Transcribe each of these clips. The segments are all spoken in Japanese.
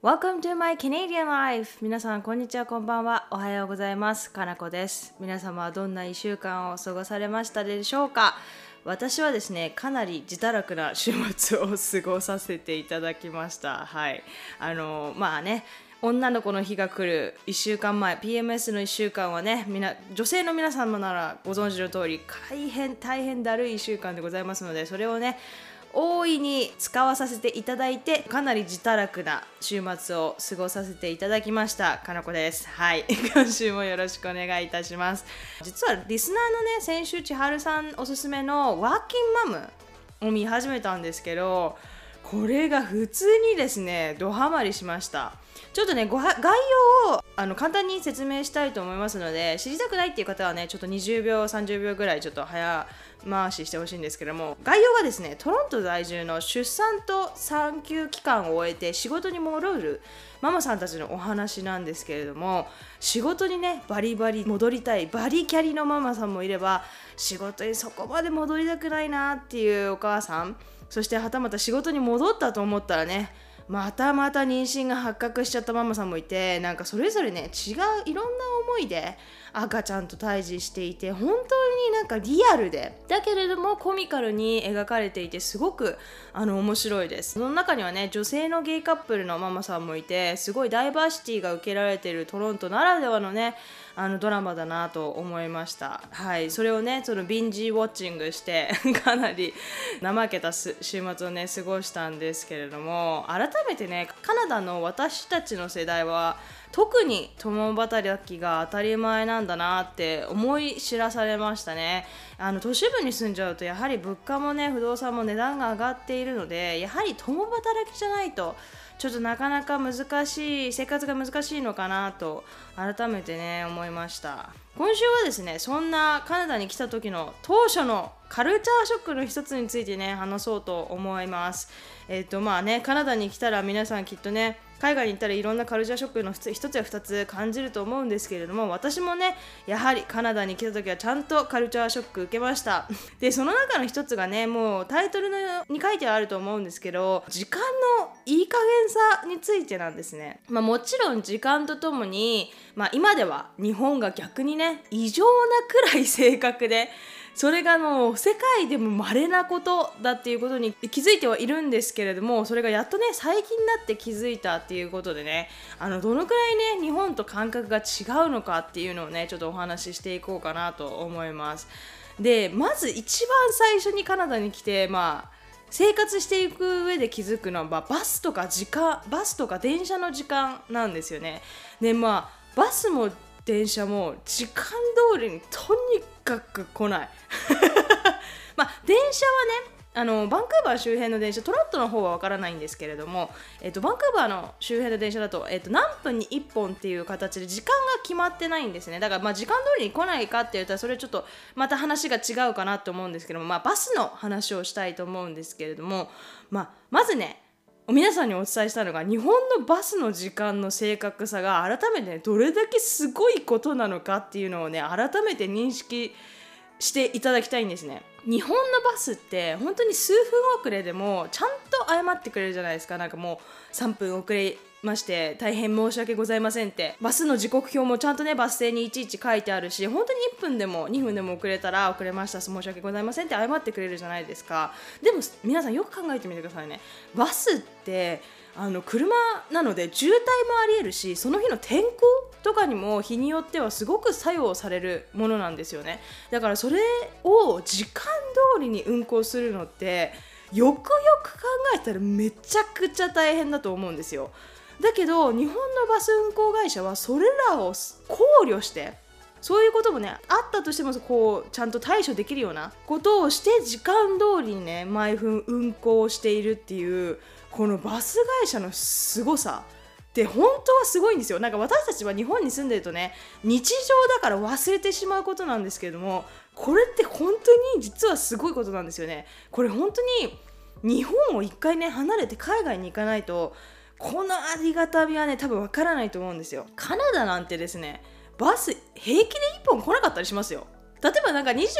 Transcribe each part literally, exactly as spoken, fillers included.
Welcome to my Canadian life! 皆さん、こんにちは、こんばんは。おはようございます。かなこです。皆様はどんないっしゅうかんを過ごされましたでしょうか？私はですね、かなり自堕落な週末を過ごさせていただきました。はい。あの、まあね、女の子の日が来るいっしゅうかんまえ ピーエムエス のいっしゅうかんはね、みな女性の皆様ならご存知の通り大変大変だるいいっしゅうかんでございますので、それをね大いに使わさせていただいて、かなり自堕落な週末を過ごさせていただきました。かなこです。はい。今週もよろしくお願いいたします。実はリスナーのね、先週千春さんおすすめのワーキンマムを見始めたんですけど、これが普通にですね、ドハマりしました。ちょっとね、ごは概要をあの簡単に説明したいと思いますので、知りたくないっていう方はね、ちょっとにじゅうびょう、さんじゅうびょうぐらいちょっと早回ししてほしいんですけども、概要がですね、トロント在住の出産と産休期間を終えて仕事に戻るママさんたちのお話なんですけれども、仕事にねバリバリ戻りたいバリキャリのママさんもいれば、仕事にそこまで戻りたくないなっていうお母さん、そしてはたまた仕事に戻ったと思ったらね、またまた妊娠が発覚しちゃったママさんもいて、なんかそれぞれね違ういろんな思いで赤ちゃんと対峙していて、本当になんかリアルで、だけれどもコミカルに描かれていて、すごくあの面白いです。その中にはね、女性のゲイカップルのママさんもいて、すごいダイバーシティが受けられているトロントならではのね、あのドラマだなと思いました。はい、それをね、そのビンジウォッチングしてかなり怠けた週末をね過ごしたんですけれども、改めてね、カナダの私たちの世代は特に共働きが当たり前なんだなって思い知らされましたね。あの都市部に住んじゃうと、やはり物価もね不動産も値段が上がっているので、やはり共働きじゃないとちょっとなかなか難しい生活が難しいのかなと改めてね思いました。今週はですね、そんなカナダに来た時の当初のカルチャーショックの一つについてね話そうと思います。えっとまあね、カナダに来たら皆さんきっとね、海外に行ったらいろんなカルチャーショックの一つや二つ感じると思うんですけれども、私もねやはりカナダに来た時はちゃんとカルチャーショック受けました。でその中の一つがね、もうタイトルのに書いてあると思うんですけど、時間のいい加減さについてなんですね。まあ、もちろん時間とともに、まあ、今では日本が逆にね異常なくらい正確で、それがもう世界でも稀なことだっていうことに気づいてはいるんですけれども、それがやっとね最近になって気づいたっていうことでね、あのどのくらいね日本と感覚が違うのかっていうのをねちょっとお話ししていこうかなと思います。でまず一番最初にカナダに来て、まあ生活していく上で気づくのは、まあ、バスとか時間バスとか電車の時間なんですよね。でまあバスも電車も時間通りにとにかく来ないまあ電車はね、あのバンクーバー周辺の電車、トロントの方はわからないんですけれども、えっと、バンクーバーの周辺の電車だと、えっと、何分にいっぽんっていう形で時間が決まってないんですね。だからまあ時間通りに来ないかって言ったら、それちょっとまた話が違うかなと思うんですけども、まあ、バスの話をしたいと思うんですけれども、まあ、まずね皆さんにお伝えしたのが、日本のバスの時間の正確さが改めて、ね、どれだけすごいことなのかっていうのをね改めて認識していただきたいんですね。日本のバスって本当に数分遅れでもちゃんと謝ってくれるじゃないですか。なんかもうさんぷん遅れまして大変申し訳ございませんって、バスの時刻表もちゃんとねバス停にいちいち書いてあるし、本当にいっぷんでもにふんでも遅れたら遅れました申し訳ございませんって謝ってくれるじゃないですか。でも皆さんよく考えてみてくださいね。バスってあの車なので渋滞もありえるし、その日の天候とかにも日によってはすごく作用されるものなんですよね。だからそれを時間通りに運行するのってよくよく考えたらめちゃくちゃ大変だと思うんですよ。だけど日本のバス運行会社はそれらを考慮して、そういうこともねあったとしてもこうちゃんと対処できるようなことをして時間通りにね毎分運行しているっていう、このバス会社の凄さって本当はすごいんですよ。なんか私たちは日本に住んでるとね日常だから忘れてしまうことなんですけれども、これって本当に実はすごいことなんですよね。これ本当に日本を一回ね離れて海外に行かないとこのありがたみはね多分わからないと思うんですよ。カナダなんてですねバス平気でいっぽん来なかったりしますよ。例えばなんかにじゅ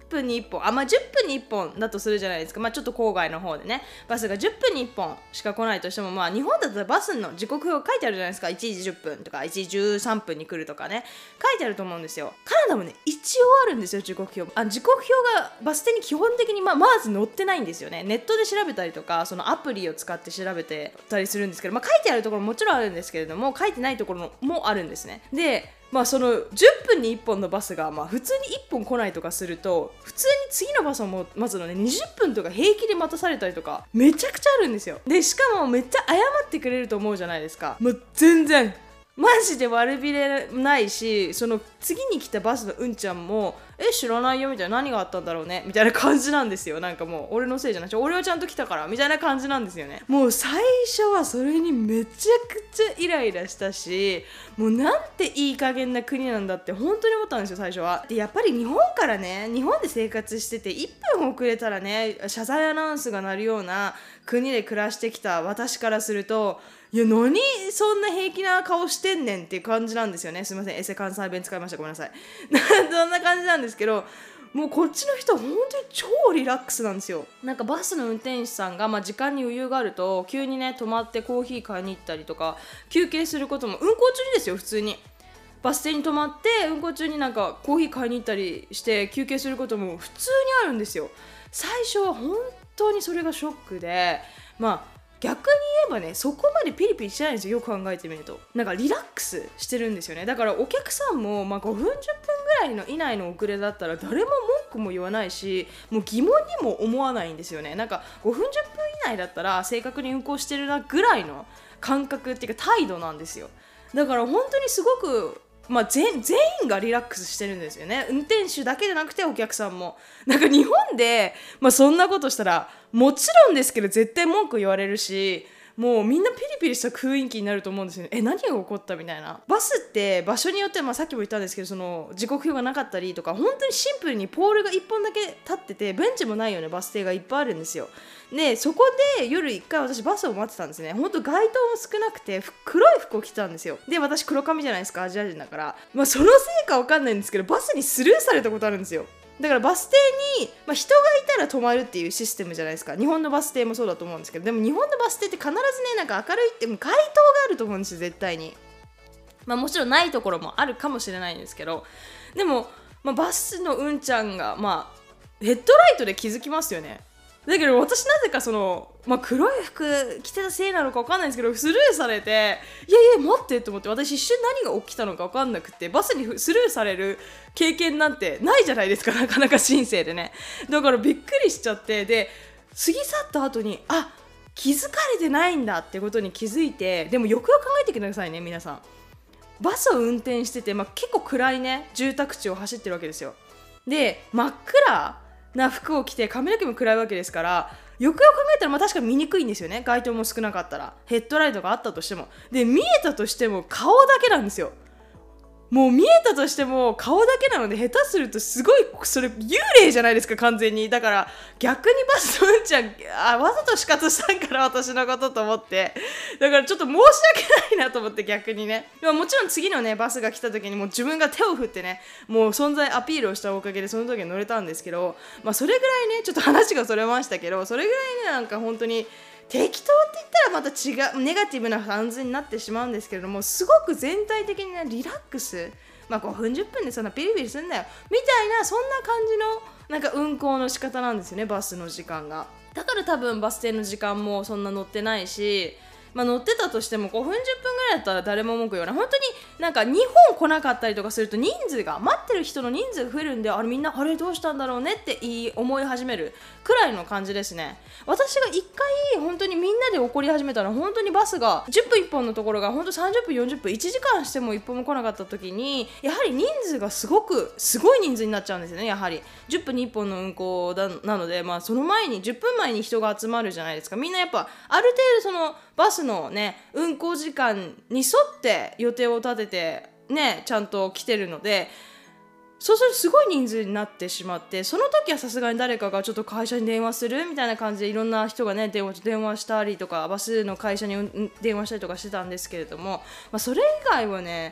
ぷんにいっぽん、あ、まあじゅっぷんにいっぽんだとするじゃないですか。まあちょっと郊外の方でね、バスがじゅっぷんにいっぽんしか来ないとしても、まあ日本だったらバスの時刻表書いてあるじゃないですか。いちじじゅっぷんとかいちじじゅうさんぷんに来るとかね、書いてあると思うんですよ。カナダもね、一応あるんですよ、時刻表。あ、時刻表がバス停に基本的にまあまず載ってないんですよね。ネットで調べたりとか、そのアプリを使って調べてたりするんですけど、まあ書いてあるところももちろんあるんですけれども、書いてないところもあるんですね。で、まあそのじゅっぷんにいっぽんのバスがまあ普通にいっぽん来ないとかすると、普通に次のバスをも待つのね、にじゅっぷんとか平気で待たされたりとかめちゃくちゃあるんですよ。でしかもめっちゃ謝ってくれると思うじゃないですか。もう全然マジで悪びれないし、その次に来たバスのうんちゃんもえ知らないよみたいな、何があったんだろうねみたいな感じなんですよ。なんかもう俺のせいじゃない、俺はちゃんと来たからみたいな感じなんですよね。もう最初はそれにめちゃくちゃイライラしたし、もうなんていい加減な国なんだって本当に思ったんですよ、最初は。でやっぱり日本からね、日本で生活してていっぷん遅れたらね謝罪アナウンスが鳴るような国で暮らしてきた私からすると、いや何そんな平気な顔してんねんっていう感じなんですよね。すいません、エセ関西弁使いました、ごめんなさいそんな感じなんですけど、もうこっちの人は本当に超リラックスなんですよ。なんかバスの運転手さんが、まあ、時間に余裕があると急にね止まってコーヒー買いに行ったりとか休憩することも、運行中にですよ、普通にバス停に止まって運行中になんかコーヒー買いに行ったりして休憩することも普通にあるんですよ。最初は本当にそれがショックで、まあ逆に言えばね、そこまでピリピリしてないんですよ、よく考えてみると。なんかリラックスしてるんですよね。だからお客さんも、まあ、ごふんじゅっぷんぐらいの以内の遅れだったら誰も文句も言わないし、もう疑問にも思わないんですよね。なんかごふんじゅっぷん以内だったら正確に運行してるなぐらいの感覚っていうか態度なんですよ。だから本当にすごくまあ、全, 全員がリラックスしてるんですよね。運転手だけじゃなくてお客さんも。なんか日本で、まあ、そんなことしたらもちろんですけど絶対文句言われるし、もうみんなピリピリした雰囲気になると思うんですよね。え、何が起こったみたいな。バスって場所によっては、まあ、さっきも言ったんですけど、その時刻表がなかったりとか、本当にシンプルにポールがいっぽんだけ立っててベンチもないようなバス停がいっぱいあるんですよ。でそこで夜いっかい私バスを待ってたんですね。本当街灯も少なくて黒い服を着てたんですよ。で私黒髪じゃないですか、アジア人だから、まあ、そのせいかわかんないんですけどバスにスルーされたことあるんですよ。だからバス停に、まあ、人がいたら止まるっていうシステムじゃないですか。日本のバス停もそうだと思うんですけど、でも日本のバス停って必ずね、なんか明るいって街灯があると思うんですよ、絶対に。まあもちろんないところもあるかもしれないんですけど、でも、まあ、バスのうんちゃんが、まあ、ヘッドライトで気づきますよね。だけど私なぜかその、まあ、黒い服着てたせいなのか分かんないんですけどスルーされて、いやいや待ってと思って、私一瞬何が起きたのか分かんなくて、バスにスルーされる経験なんてないじゃないですか、なかなか人生でね。だからびっくりしちゃって、で過ぎ去った後にあ気づかれてないんだってことに気づいて、でもよくよく考えてくださいね皆さん。バスを運転してて、まあ、結構暗いね住宅地を走ってるわけですよ。で真っ暗な服を着て髪の毛も暗いわけですから、よくよく考えたらまあ確かに見にくいんですよね。街灯も少なかったら、ヘッドライトがあったとしても、で見えたとしても顔だけなんですよ。もう見えたとしても顔だけなので、下手するとすごいそれ幽霊じゃないですか完全に。だから逆にバスのうんちゃんあわざと死活したんから私のことと思って、だからちょっと申し訳ないなと思って、逆にね。でももちろん次のねバスが来た時にもう自分が手を振ってね、もう存在アピールをしたおかげでその時に乗れたんですけど、まあそれぐらいねちょっと話がそれましたけど、それぐらいねなんか本当に適当って言ったらまた違うネガティブな感じになってしまうんですけれども、すごく全体的に、ね、リラックス、まあ、ごふんじゅっぷんでそんなピリピリするんだよみたいな、そんな感じのなんか運行の仕方なんですよね、バスの時間が。だから多分バス停の時間もそんな乗ってないし、まあ、乗ってたとしてもごふんじゅっぷんぐらいだったら誰も文句言わない。本当になんか日本来なかったりとかすると人数が待ってる人の人数が増えるんで、あれみんなあれどうしたんだろうねって言い思い始めるくらいの感じですね。私が一回本当にみんなで怒り始めたら、本当にバスがじゅっぷんいっぽんのところが本当さんじゅっぷんよんじゅっぷんいちじかんしてもいっぽんも来なかった時に、やはり人数がすごくすごい人数になっちゃうんですよね。やはりじゅっぷんにいっぽんの運行だなので、まあ、その前にじゅっぷんまえに人が集まるじゃないですか。みんなやっぱある程度そのバスのね運行時間に沿って予定を立ててねちゃんと来てるので、そうするとすごい人数になってしまって、その時はさすがに誰かがちょっと会社に電話するみたいな感じでいろんな人がね電話、電話したりとか、バスの会社に電話したりとかしてたんですけれども、まあ、それ以外はね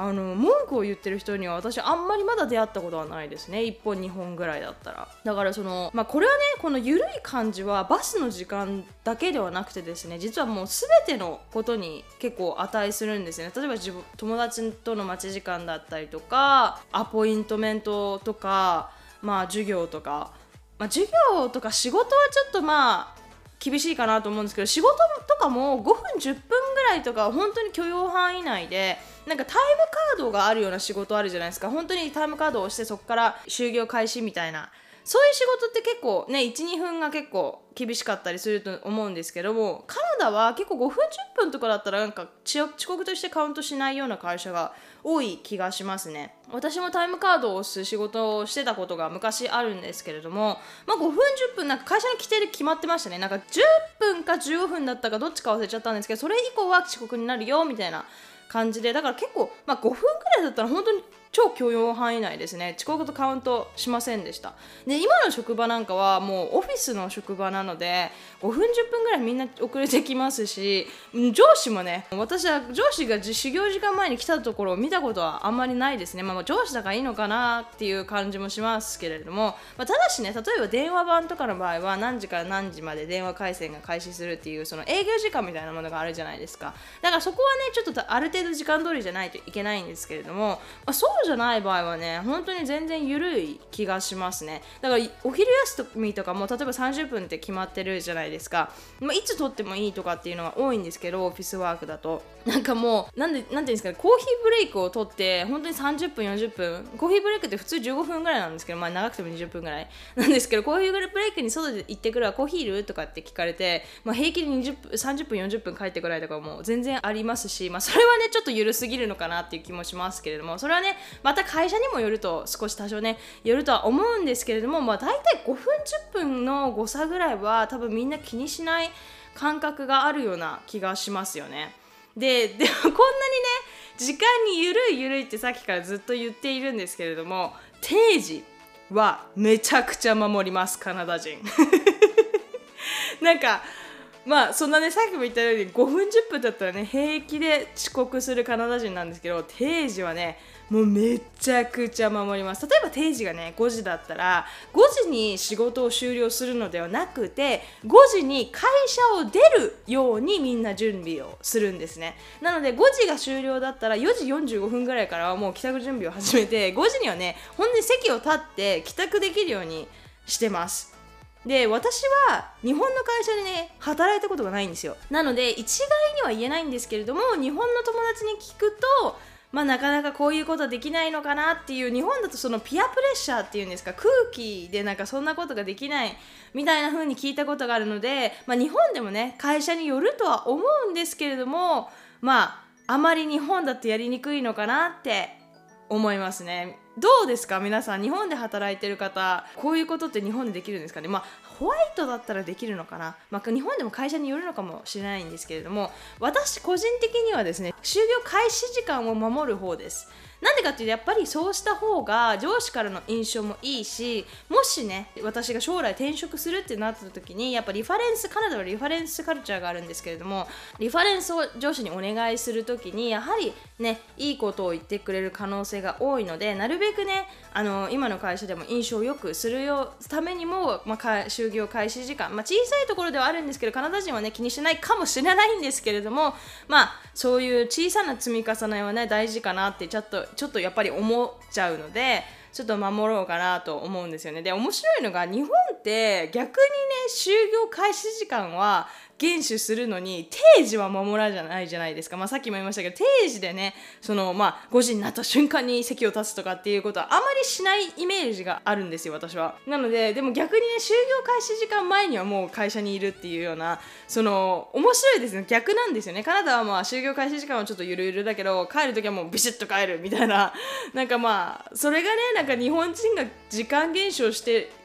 あの文句を言ってる人には私あんまりまだ出会ったことはないですね。いっぽんにほんぐらいだったら。だからその、まあ、これはねこの緩い感じはバスの時間だけではなくてですね、実はもう全てのことに結構値するんですよね。例えば自分友達との待ち時間だったりとかアポイントメントとか、まあ、授業とか、まあ、授業とか仕事はちょっとまあ厳しいかなと思うんですけど、仕事とかもごふんじゅっぷんぐらいとか本当に許容範囲内で、なんかタイムカードがあるような仕事あるじゃないですか。本当にタイムカードを押してそこから就業開始みたいな、そういう仕事って結構ね いちにふんが結構厳しかったりすると思うんですけども、カナダは結構ごふんじゅっぷんとかだったらなんか遅刻としてカウントしないような会社が多い気がしますね。私もタイムカードを押す仕事をしてたことが昔あるんですけれども、まあ、ごふんじゅっぷんなんか会社の規定で決まってましたね。なんかじゅっぷんかじゅうごふんだったかどっちか忘れちゃったんですけど、それ以降は遅刻になるよみたいな感じで、だから結構、まあ、ごふんくらいだったら本当に超許容範囲内ですね。遅刻とカウントしませんでした。で今の職場なんかはもうオフィスの職場なのでごふんじゅっぷんぐらいみんな遅れてきますし、上司もね、私は上司が始業時間前に来たところを見たことはあんまりないですね。まあ、上司だからいいのかなっていう感じもしますけれども、まあ、ただしね、例えば電話番とかの場合は何時から何時まで電話回線が開始するっていうその営業時間みたいなものがあるじゃないですか。だからそこはねちょっとある程度時間通りじゃないといけないんですけれども、まあ、そうじゃない場合はね本当に全然緩い気がしますね。だからお昼休みとかも例えばさんじゅっぷんって決まってるじゃないですか。まあ、いつ取ってもいいとかっていうのが多いんですけど、オフィスワークだとなんかもうなんでなんていうんですかね、コーヒーブレイクを取って本当にさんじゅっぷんよんじゅっぷん、コーヒーブレイクって普通じゅうごふんぐらいなんですけど、まあ長くてもにじゅっぷんぐらいなんですけど、コーヒーブレイクに外で行ってくるわ、コーヒーいるとかって聞かれて、まあ、平気でにじゅっぷんさんじゅっぷんよんじゅっぷん帰ってくらいとかも全然ありますし、まあ、それはねちょっと緩すぎるのかなっていう気もしますけれども、それはねまた会社にもよると少し多少ねよるとは思うんですけれども、まあ、大体ごふんじゅっぷんの誤差ぐらいは多分みんな気にしない感覚があるような気がしますよね。で、でもこんなにね時間にゆるいゆるいってさっきからずっと言っているんですけれども、定時はめちゃくちゃ守ります、カナダ人なんかまあそんなね、さっきも言ったようにごふんじゅっぷんだったらね平気で遅刻するカナダ人なんですけど、定時はねもうめちゃくちゃ守ります。例えば定時がねごじだったらごじに仕事を終了するのではなくてごじに会社を出るようにみんな準備をするんですね。なのでごじが終了だったらよじよんじゅうごふんぐらいからはもう帰宅準備を始めて、ごじにはね本当に席を立って帰宅できるようにしてます。で、私は日本の会社でね働いたことがないんですよ。なので一概には言えないんですけれども、日本の友達に聞くとまあなかなかこういうことできないのかなっていう、日本だとそのピアプレッシャーっていうんですか、空気でなんかそんなことができないみたいな風に聞いたことがあるので、まあ日本でもね会社によるとは思うんですけれども、まああまり日本だとやりにくいのかなって思いますね。どうですか皆さん、日本で働いてる方、こういうことって日本でできるんですかね。まあホワイトだったらできるのかな、まあ、日本でも会社によるのかもしれないんですけれども、私個人的にはですね就業開始時間を守る方です。なんでかっていうとやっぱりそうした方が上司からの印象もいいし、もしね私が将来転職するってなった時にやっぱリファレンス、カナダはリファレンスカルチャーがあるんですけれども、リファレンスを上司にお願いする時にやはりねいいことを言ってくれる可能性が多いので、なるべくねあの今の会社でも印象を良くするよためにも、まあ、就業開始時間、まあ、小さいところではあるんですけどカナダ人はね気にしないかもしれないんですけれども、まあそういう小さな積み重ねはね大事かなってちょっとちょっとやっぱり思っちゃうので、ちょっと守ろうかなと思うんですよね。で、面白いのが日本って逆にね就業開始時間は厳守するのに定時は守らないじゃないですか。まあ、さっきも言いましたけど定時でねその、まあ、ごじになった瞬間に席を立つとかっていうことはあまりしないイメージがあるんですよ私は。なのででも逆にね就業開始時間前にはもう会社にいるっていうような、その面白いですね、逆なんですよね。カナダはまあ就業開始時間はちょっとゆるゆるだけど帰るときはもうビシッと帰るみたいな、なんかまあそれがねなんか日本人が時間減少して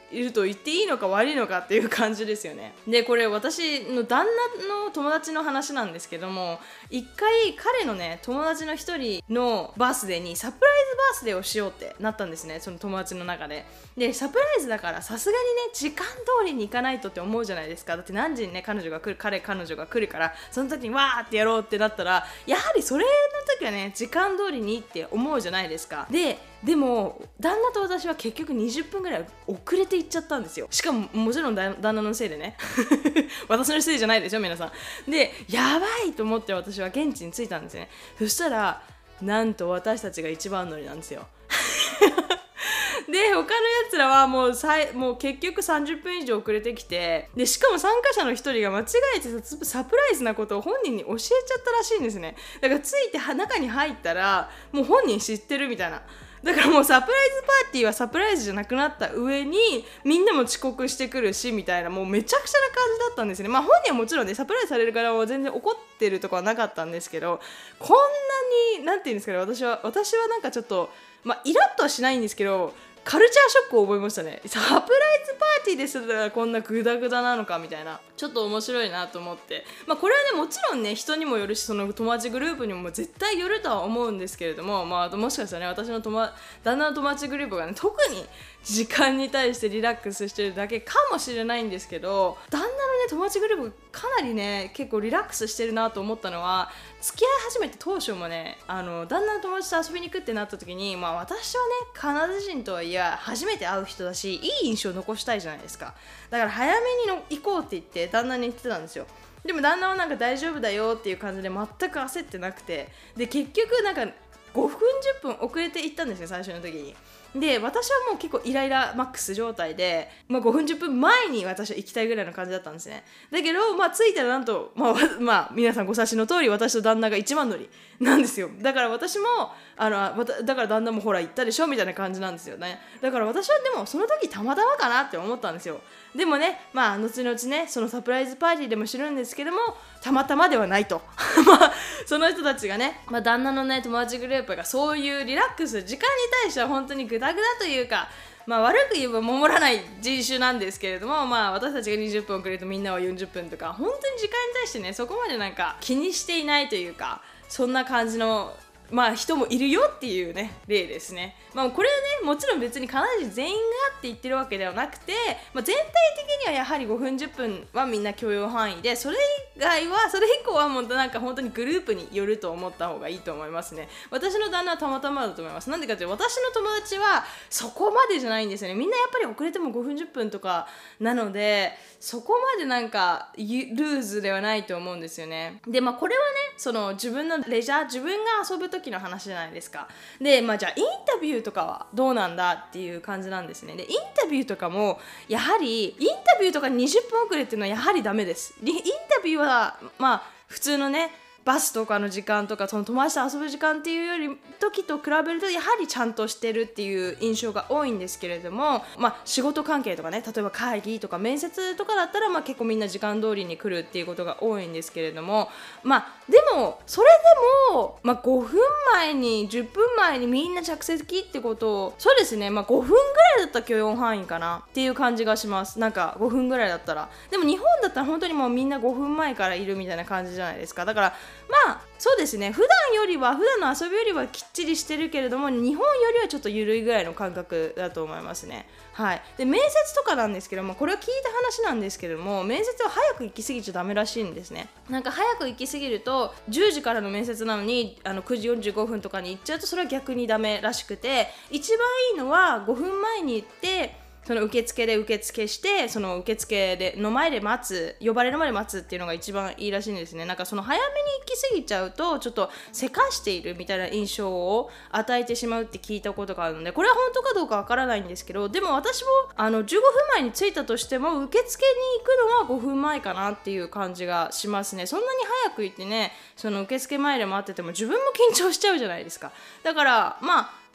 いると言っていいのか悪いのかっていう感じですよね。でこれ私の旦那の友達の話なんですけども、一回彼のね友達の一人のバースデーにサプライズバースデーをしようってなったんですね、その友達の中で。でサプライズだからさすがにね時間通りに行かないとって思うじゃないですか。だって何時にね彼女が来る彼彼女が来るから、その時にわーってやろうってなったら、やはりそれの時はね時間通りにって思うじゃないですか。ででも旦那と私は結局にじゅっぷんぐらい遅れて行っちゃったんですよ。しかももちろん旦那のせいでね私のせいじゃないでしょ皆さん。でやばいと思って私は現地に着いたんですね。そしたらなんと私たちが一番乗りなんですよで他のやつらはもうさいもう結局さんじゅっぷん以上遅れてきて、でしかも参加者の一人が間違えてサプライズなことを本人に教えちゃったらしいんですね。だからついて中に入ったらもう本人知ってるみたいな。だからもうサプライズパーティーはサプライズじゃなくなった上にみんなも遅刻してくるしみたいな、もうめちゃくちゃな感じだったんですね。まあ本人はもちろんねサプライズされるからは全然怒ってるとかはなかったんですけど、こんなになんていうんですかね、私は私はなんかちょっとまあイラッとはしないんですけど、カルチャーショックを覚えましたね。サプライズパーティーですらこんなグダグダなのかみたいな、ちょっと面白いなと思って、まあこれはねもちろんね人にもよるし、その友達グループにも絶対よるとは思うんですけれども、まあもしかしたらね私の友旦那の友達グループがね特に時間に対してリラックスしてるだけかもしれないんですけど、旦那のね友達グループがかなりね結構リラックスしてるなと思ったのは、付き合い始めて当初もねあの旦那の友達と遊びに行くってなった時に、まあ私はねカナダ人とはいえ初めて会う人だしいい印象を残したいじゃないですか。だから早めにの行こうって言って旦那に言ってたんですよ。でも旦那はなんか大丈夫だよっていう感じで全く焦ってなくて、で結局なんかごふんじゅっぷん遅れて行ったんですよ最初の時に。で私はもう結構イライラマックス状態で、まあ、ごふんじゅっぷんまえに私は行きたいぐらいの感じだったんですね。だけど、まあ、着いたらなんと、まあまあ、皆さんご察しの通り私と旦那が一番乗りなんですよ。だから私もあのだから旦那もほら行ったでしょみたいな感じなんですよね。だから私はでもその時たまたまかなって思ったんですよ。でもねまあ後々ねそのサプライズパーティーでも知るんですけども、たまたまではないとまあその人たちがね、まあ、旦那のね友達グループがそういうリラックス時間に対しては本当にグダグダというか、まあ悪く言えば守らない人種なんですけれども、まあ私たちがにじゅっぷん遅れるとみんなはよんじゅっぷんとか、本当に時間に対してねそこまでなんか気にしていないというか、そんな感じのまあ人もいるよっていうね例ですね。まあこれはねもちろん別にカナダ人全員がって言ってるわけではなくて、まあ、全体的にはやはりごふんじゅっぷんはみんな許容範囲で、それ以外はそれ以降はもうなんか本当にグループによると思った方がいいと思いますね。私の旦那はたまたまだと思います。なんでかっていうと私の友達はそこまでじゃないんですよね。みんなやっぱり遅れてもごふんじゅっぷんとかなので、そこまでなんかルーズではないと思うんですよね。でまあこれはねその自分のレジャー自分が遊ぶ時の話じゃないですか。でまあじゃあインタビューとかはどうなんだっていう感じなんですね。でインタビューとかもやはりインタビューとかにじゅっぷん遅れっていうのはやはりダメです。インタビューはまあ普通のねバスとかの時間とかその友達と遊ぶ時間っていうより時と比べるとやはりちゃんとしてるっていう印象が多いんですけれども、まあ仕事関係とかね、例えば会議とか面接とかだったらまあ結構みんな時間通りに来るっていうことが多いんですけれども、まあでもそれでもまあごふんまえにじゅっぷんまえにみんな着席ってことを、そうですねまあごふんぐらいだったら許容範囲かなっていう感じがします。なんかごふんぐらいだったら、でも日本だったら本当にもうみんなごふんまえからいるみたいな感じじゃないですか。だからまあそうですね、普段よりは普段の遊びよりはきっちりしてるけれども日本よりはちょっと緩いぐらいの感覚だと思いますね。はい。で面接とかなんですけども、これは聞いた話なんですけども、面接は早く行き過ぎちゃダメらしいんですね。なんか早く行き過ぎるとじゅうじからの面接なのにあのくじよんじゅうごふんとかに行っちゃうとそれは逆にダメらしくて、一番いいのはごふんまえに行ってその受付で受付してその受付での前で待つ、呼ばれるまで待つっていうのが一番いいらしいんですね。なんかその早めに行き過ぎちゃうとちょっとせかしているみたいな印象を与えてしまうって聞いたことがあるので、これは本当かどうかわからないんですけど、でも私もあのじゅうごふんまえに着いたとしても受付に行くのはごふんまえかなっていう感じがしますね。そんなに早く行ってねその受付前で待ってても自分も緊張しちゃうじゃないですか。だからまあ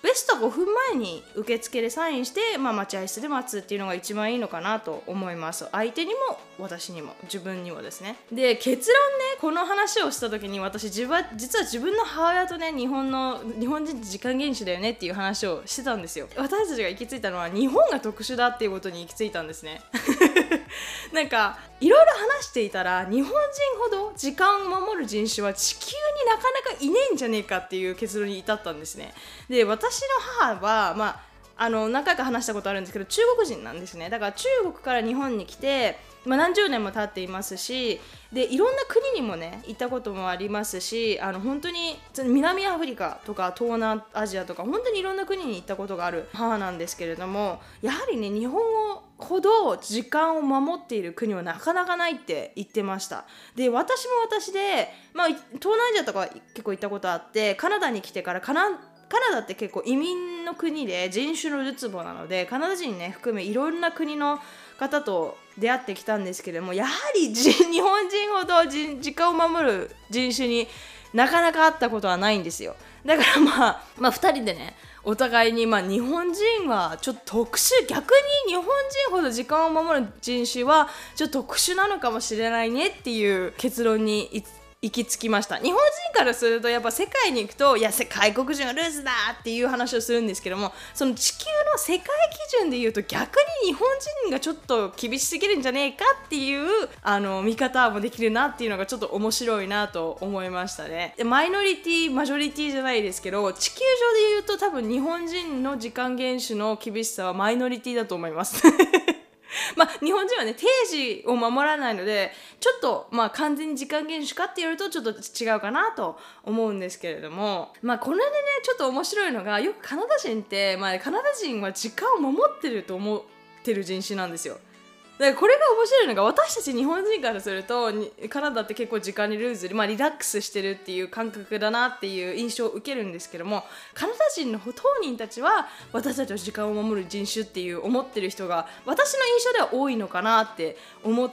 ベストごふんまえに受付でサインして、まあ、待合室で待つっていうのが一番いいのかなと思います。相手にも私にも自分にもですね。で、結論ね、この話をした時に私自分実は自分の母親とね、日本の日本人って時間厳守だよねっていう話をしてたんですよ。私たちが行き着いたのは日本が特殊だっていうことに行き着いたんですね。なんかいろいろ話していたら、日本人ほど時間を守る人種は地球になかなかいねえんじゃねえかっていう結論に至ったんですね。で、私の母はまああの何回か話したことあるんですけど、中国人なんですね。だから中国から日本に来て、まあ、何十年も経っていますし、でいろんな国にもね行ったこともありますし、あの本当に南アフリカとか東南アジアとか本当にいろんな国に行ったことがある母なんですけれども、やはりね、日本語ほど時間を守っている国はなかなかないって言ってました。で、私も私で、まあ、東南アジアとか結構行ったことあって、カナダに来てからカナカナダって結構移民の国で人種のるつぼなので、カナダ人ね含めいろんな国の方と出会ってきたんですけれども、やはり日本人ほど時間を守る人種になかなか会ったことはないんですよ。だからまあ、まあ、ふたりでねお互いに、まあ、日本人はちょっと特殊、逆に日本人ほど時間を守る人種はちょっと特殊なのかもしれないねっていう結論に行き着きました。日本人からするとやっぱ世界に行くと、いや外国人はルーズだっていう話をするんですけども、その地球の世界基準で言うと逆に日本人がちょっと厳しすぎるんじゃねえかっていうあの見方もできるなっていうのがちょっと面白いなと思いましたね。で、マイノリティマジョリティじゃないですけど、地球上で言うと多分日本人の時間厳守の厳しさはマイノリティだと思いますまあ、日本人はね定時を守らないので、ちょっとまあ完全に時間厳守かって言われるとちょっと違うかなと思うんですけれども、まあこれでねちょっと面白いのが、よくカナダ人って、まあ、カナダ人は時間を守ってると思ってる人種なんですよ。だからこれが面白いのが、私たち日本人からするとカナダって結構時間にルーズで、まあ、リラックスしてるっていう感覚だなっていう印象を受けるんですけども、カナダ人の当人たちは私たちは時間を守る人種っていう思ってる人が私の印象では多いのかなって思って、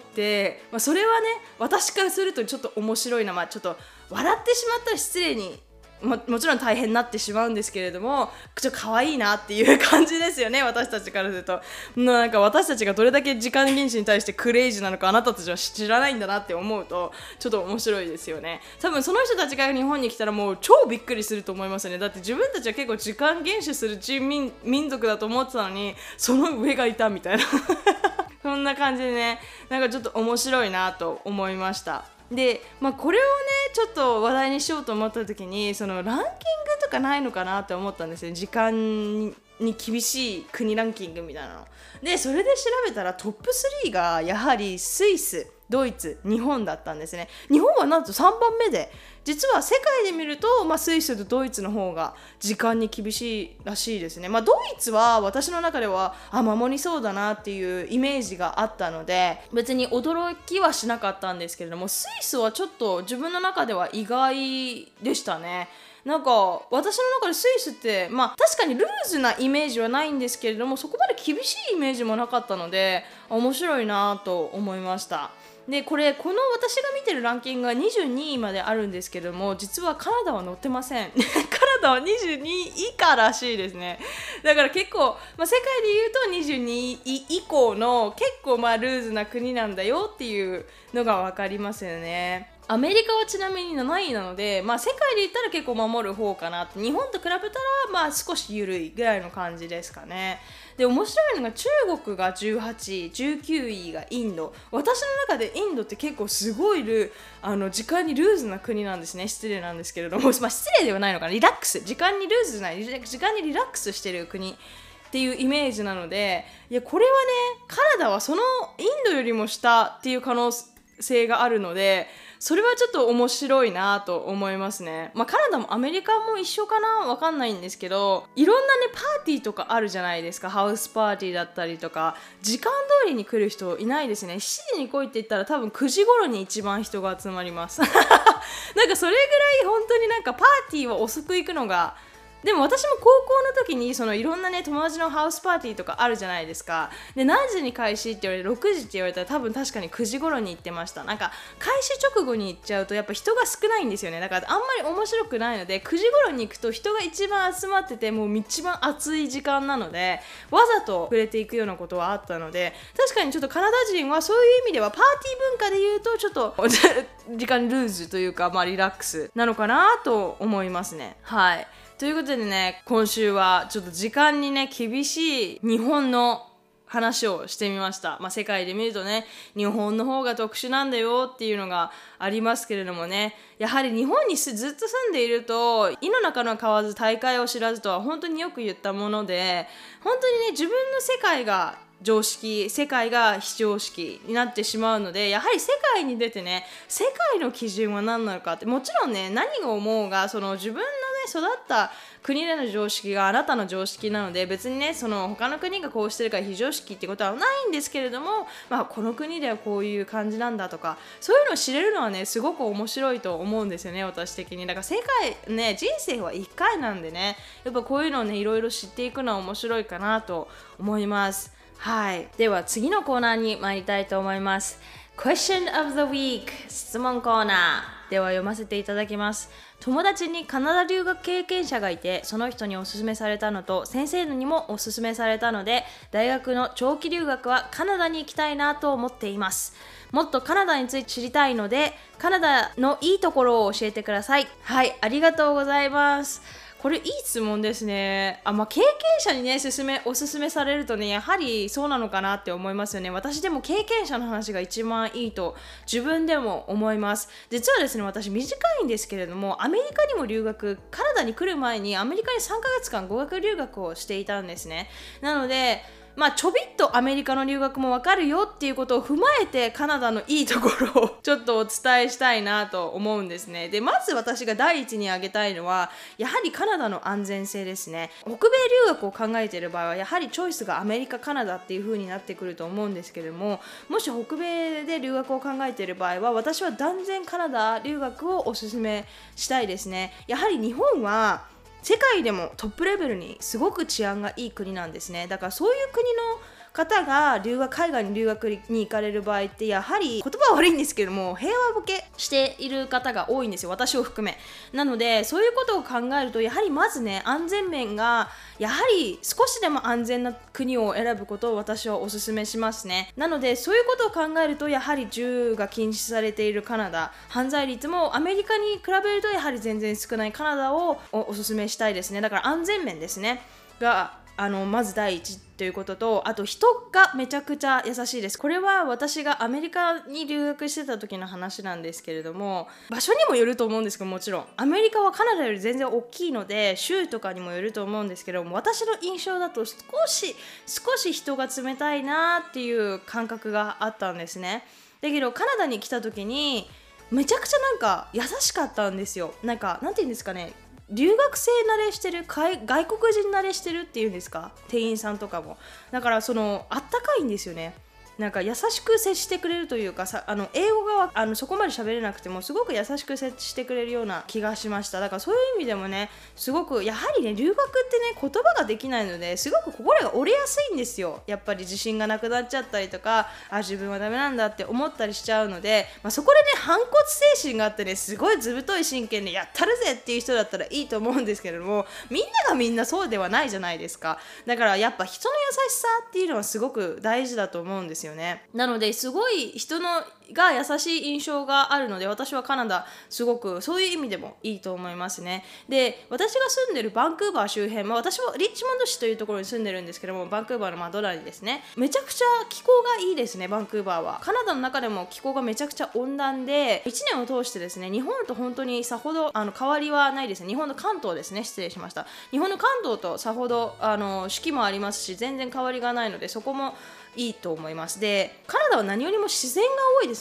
まあ、それはね私からするとちょっと面白いな、まあ、ちょっと笑ってしまったら失礼にも, もちろん大変になってしまうんですけれども、ちょっと可愛いなっていう感じですよね、私たちからすると。なんか私たちがどれだけ時間厳守に対してクレイジーなのかあなたたちは知らないんだなって思うとちょっと面白いですよね。多分その人たちが日本に来たらもう超びっくりすると思いますね。だって自分たちは結構時間厳守する人 民, 民族だと思ってたのに、その上がいたみたいなそんな感じでね、なんかちょっと面白いなと思いました。で、まあ、これをねちょっと話題にしようと思った時に、そのランキングとかないのかなって思ったんですね。時間に厳しい国ランキングみたいなので、それで調べたらトップスリーがやはりスイス、ドイツ、日本だったんですね。日本はなんとさんばんめで、実は世界で見ると、まあ、スイスとドイツの方が時間に厳しいらしいですね。まあ、ドイツは私の中ではあ守りそうだなっていうイメージがあったので別に驚きはしなかったんですけれども、スイスはちょっと自分の中では意外でしたね。なんか私の中でスイスって、まあ、確かにルーズなイメージはないんですけれども、そこまで厳しいイメージもなかったので面白いなと思いました。で、これこの私が見てるランキングがにじゅうにいまであるんですけども、実はカナダは載ってませんカナダはにじゅうにい以下らしいですね。だから結構、まあ、世界でいうとにじゅうにい以降の結構まあルーズな国なんだよっていうのが分かりますよね。アメリカはちなみになないなので、まあ、世界で言ったら結構守る方かなって、日本と比べたらまあ少し緩いぐらいの感じですかね。で、面白いのが中国がじゅうはちい、じゅうきゅういがインド。私の中でインドって結構すごいルあの時間にルーズな国なんですね。失礼なんですけれども、まあ、失礼ではないのかな、リラックス、時間にルーズじゃない、時間にリラックスしてる国っていうイメージなので、いやこれはねカナダはそのインドよりも下っていう可能性があるので、それはちょっと面白いなと思いますね。まあ、カナダもアメリカも一緒かな、わかんないんですけど、いろんなねパーティーとかあるじゃないですか。ハウスパーティーだったりとか、時間通りに来る人いないですね。しちじに来いって言ったら多分くじ頃に一番人が集まりますなんかそれぐらい本当になんかパーティーは遅く行くのがでも私も高校の時にそのいろんなね友達のハウスパーティーとかあるじゃないですか。で何時に開始って言われてろくじって言われたら多分確かにくじ頃に行ってました。なんか開始直後に行っちゃうとやっぱ人が少ないんですよね。だからあんまり面白くないので、くじ頃に行くと人が一番集まっててもう一番暑い時間なのでわざと触れていくようなことはあったので、確かにちょっとカナダ人はそういう意味ではパーティー文化で言うとちょっと時間ルーズというか、まあリラックスなのかなと思いますね。はい。ということでね、今週はちょっと時間にね厳しい日本の話をしてみました。まあ、世界で見るとね日本の方が特殊なんだよっていうのがありますけれどもね、やはり日本にずっと住んでいると井の中の蛙大海を知らずとは本当によく言ったもので、本当にね自分の世界が常識、世界が非常識になってしまうので、やはり世界に出てね世界の基準は何なのかって、もちろんね何が思うがその自分のね育った国での常識があなたの常識なので、別にねその他の国がこうしてるから非常識ってことはないんですけれども、まあこの国ではこういう感じなんだとかそういうのを知れるのはねすごく面白いと思うんですよね、私的に。だから世界ね人生はいっかいなんでね、やっぱこういうのをねいろいろ知っていくのは面白いかなと思います。はい、では次のコーナーに参りたいと思います。 Question of the Week 質問コーナーでは読ませていただきます。友達にカナダ留学経験者がいて、その人におすすめされたのと先生にもおすすめされたので、大学の長期留学はカナダに行きたいなと思っています。もっとカナダについて知りたいのでカナダのいいところを教えてください。はい、ありがとうございます。これいい質問ですね。あ、まあ、経験者にね勧めおすすめされるとねやはりそうなのかなって思いますよね。私でも経験者の話が一番いいと自分でも思います。実はですね、私短いんですけれどもアメリカにも留学、カナダに来る前にアメリカにさんかげつかん語学留学をしていたんですね。なのでまあちょびっとアメリカの留学もわかるよっていうことを踏まえてカナダのいいところをちょっとお伝えしたいなと思うんですね。でまず私が第一に挙げたいのはやはりカナダの安全性ですね。北米留学を考えている場合はやはりチョイスがアメリカ、カナダっていう風になってくると思うんですけれども、もし北米で留学を考えている場合は私は断然カナダ留学をおすすめしたいですね。やはり日本は世界でもトップレベルにすごく治安がいい国なんですね。だからそういう国の方が留学海外に留学に行かれる場合ってやはり言葉は悪いんですけども平和ボケしている方が多いんですよ、私を含め。なのでそういうことを考えるとやはりまずね安全面がやはり少しでも安全な国を選ぶことを私はお勧めしますね。なのでそういうことを考えるとやはり銃が禁止されているカナダ、犯罪率もアメリカに比べるとやはり全然少ないカナダをお勧めしたいですね。だから安全面ですねがあのまず第一ということと、あと人がめちゃくちゃ優しいです。これは私がアメリカに留学してた時の話なんですけれども、場所にもよると思うんですけど、もちろんアメリカはカナダより全然大きいので州とかにもよると思うんですけども、私の印象だと少し少し人が冷たいなっていう感覚があったんですね。だけどカナダに来た時にめちゃくちゃなんか優しかったんですよ。なんかなんていうんですかね、留学生慣れしてる、外国人慣れしてるっていうんですか、店員さんとかも。だからそのあったかいんですよね。なんか優しく接してくれるというかさ、あの英語があのそこまで喋れなくてもすごく優しく接してくれるような気がしました。だからそういう意味でもねすごくやはりね留学ってね言葉ができないのですごく心が折れやすいんですよ。やっぱり自信がなくなっちゃったりとか、あ自分はダメなんだって思ったりしちゃうので、まあ、そこでね反骨精神があってねすごいずぶとい真剣でやったるぜっていう人だったらいいと思うんですけれども、みんながみんなそうではないじゃないですか。だからやっぱ人の優しさっていうのはすごく大事だと思うんですよね。なのですごい人のが優しい印象があるので、私はカナダすごくそういう意味でもいいと思いますね。で私が住んでるバンクーバー周辺、まあ、私はリッチモンド市というところに住んでるんですけども、バンクーバーのマドラーにですね、めちゃくちゃ気候がいいですね。バンクーバーはカナダの中でも気候がめちゃくちゃ温暖で、いちねんを通してですね日本と本当にさほどあの変わりはないですね。日本の関東ですね、失礼しました。日本の関東とさほどあの四季もありますし全然変わりがないので、そこもいいと思います。でカナダは何よりも自然が多いですね。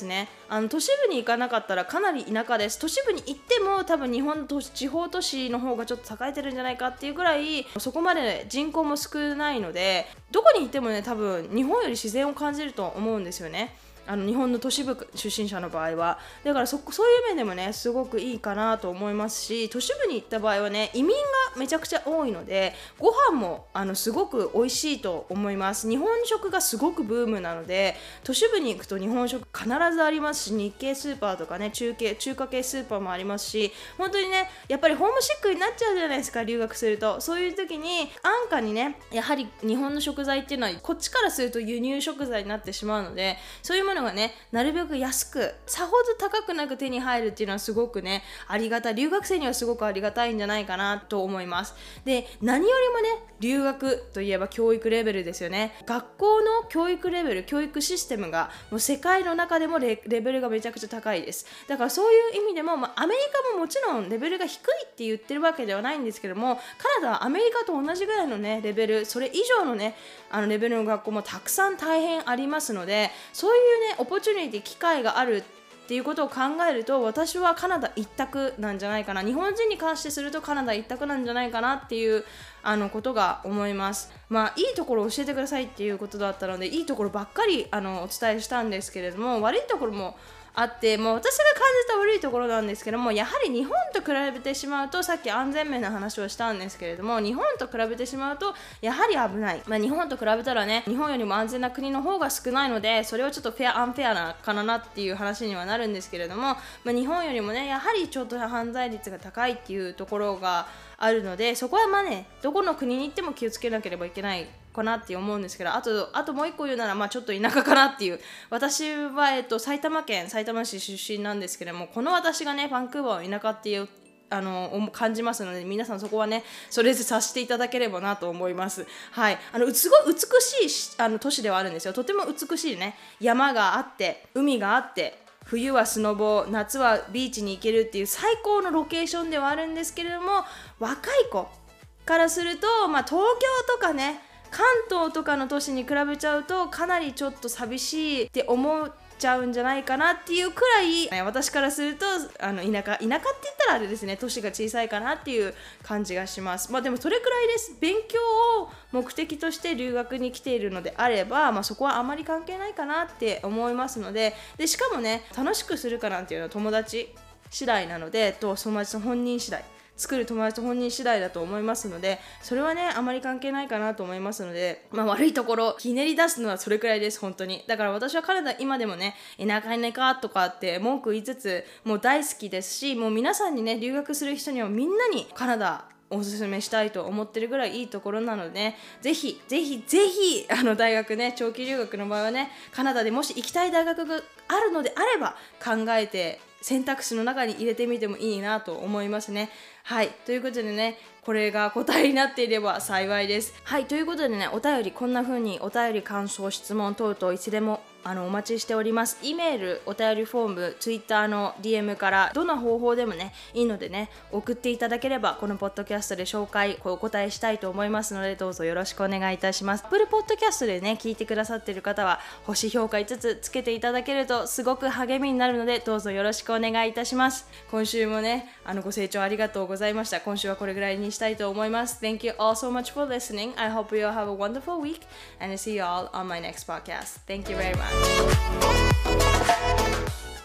あの都市部に行かなかったらかなり田舎です。都市部に行っても多分日本の都市地方都市の方がちょっと栄えてるんじゃないかっていうぐらいそこまで人口も少ないので、どこに行ってもね多分日本より自然を感じると思うんですよね。あの日本の都市部出身者の場合はだから そ, そういう面でもねすごくいいかなと思いますし、都市部に行った場合はね移民がめちゃくちゃ多いのでご飯もあのすごく美味しいと思います。日本食がすごくブームなので都市部に行くと日本食必ずありますし、日系スーパーとかね 中, 系中華系スーパーもありますし、本当にねやっぱりホームシックになっちゃうじゃないですか、留学すると。そういう時に安価にねやはり日本の食材っていうのはこっちからすると輸入食材になってしまうので、そういうものがねなるべく安くさほど高くなく手に入るっていうのはすごくねありがたい、留学生にはすごくありがたいんじゃないかなと思います。で何よりもね留学といえば教育レベルですよね。学校の教育レベル、教育システムがもう世界の中でも レ, レベルがめちゃくちゃ高いです。だからそういう意味でも、まあ、アメリカももちろんレベルが低いって言ってるわけではないんですけども、カナダはアメリカと同じぐらいのねレベル、それ以上のねあのレベルの学校もたくさん大変ありますので、そういうねオポチュニティ機会があるっていうことを考えると私はカナダ一択なんじゃないかな、日本人に関してするとカナダ一択なんじゃないかなっていうあのことが思います。まあいいところを教えてくださいっていうことだったのでいいところばっかりあのお伝えしたんですけれども、悪いところもあって、もう私が感じた悪いところなんですけども、やはり日本と比べてしまうと、さっき安全面の話をしたんですけれども、日本と比べてしまうとやはり危ない、まあ、日本と比べたらね日本よりも安全な国の方が少ないので、それはちょっとフェアアンフェアなかなっていう話にはなるんですけれども、まあ、日本よりもねやはりちょっと犯罪率が高いっていうところがあるので、そこはまあねどこの国に行っても気をつけなければいけないかなって思うんですけど、あとあともう一個言うなら、まあちょっと田舎かなっていう、私は、えっと、埼玉県埼玉市出身なんですけども、この私がねバンクーバーを田舎っていうあの感じますので、皆さんそこはねそれぞれさせていただければなと思います。はい、あのすごい美しいあの都市ではあるんですよ。とても美しいね、山があって海があって、冬はスノボ、夏はビーチに行けるっていう最高のロケーションではあるんですけれども、若い子からすると、まあ、東京とかね関東とかの都市に比べちゃうとかなりちょっと寂しいって思っちゃうんじゃないかなっていうくらい、私からするとあの田舎田舎って言ったらあれですね、都市が小さいかなっていう感じがします。まあでもそれくらいです。勉強を目的として留学に来ているのであれば、まあ、そこはあまり関係ないかなって思いますので、でしかもね楽しくするかなんていうのは友達次第なので、と友達の本人次第、作る友達と本人次第だと思いますので、それはねあまり関係ないかなと思いますので、まあ、悪いところひねり出すのはそれくらいです。本当にだから私はカナダ今でもね田舎田舎とかって文句言いつつもう大好きですし、もう皆さんにね留学する人にはみんなにカナダおすすめしたいと思ってるぐらいいいところなので、ね、ぜひぜひぜひあの大学ね長期留学の場合はねカナダでもし行きたい大学があるのであれば考えて選択肢の中に入れてみてもいいなと思いますね。はい、ということでねこれが答えになっていれば幸いです。はい、ということでねお便りこんな風にお便り感想質問等々いつでもあのお待ちしております。 E メール、お便りフォーム、Twitter の ディーエム からどんな方法でもねいいのでね送っていただければこのポッドキャストで紹介お答えしたいと思いますので、どうぞよろしくお願いいたします。 Apple Podcast でね聞いてくださっている方は星評価いつつつけていただけるとすごく励みになるので、どうぞよろしくお願いいたします。今週もねあのご清聴ありがとうございました。今週はこれぐらいにしたいと思います。 Thank you all so much for listening. I hope you all have a wonderful week and I see you all on my next podcast. Thank you very much.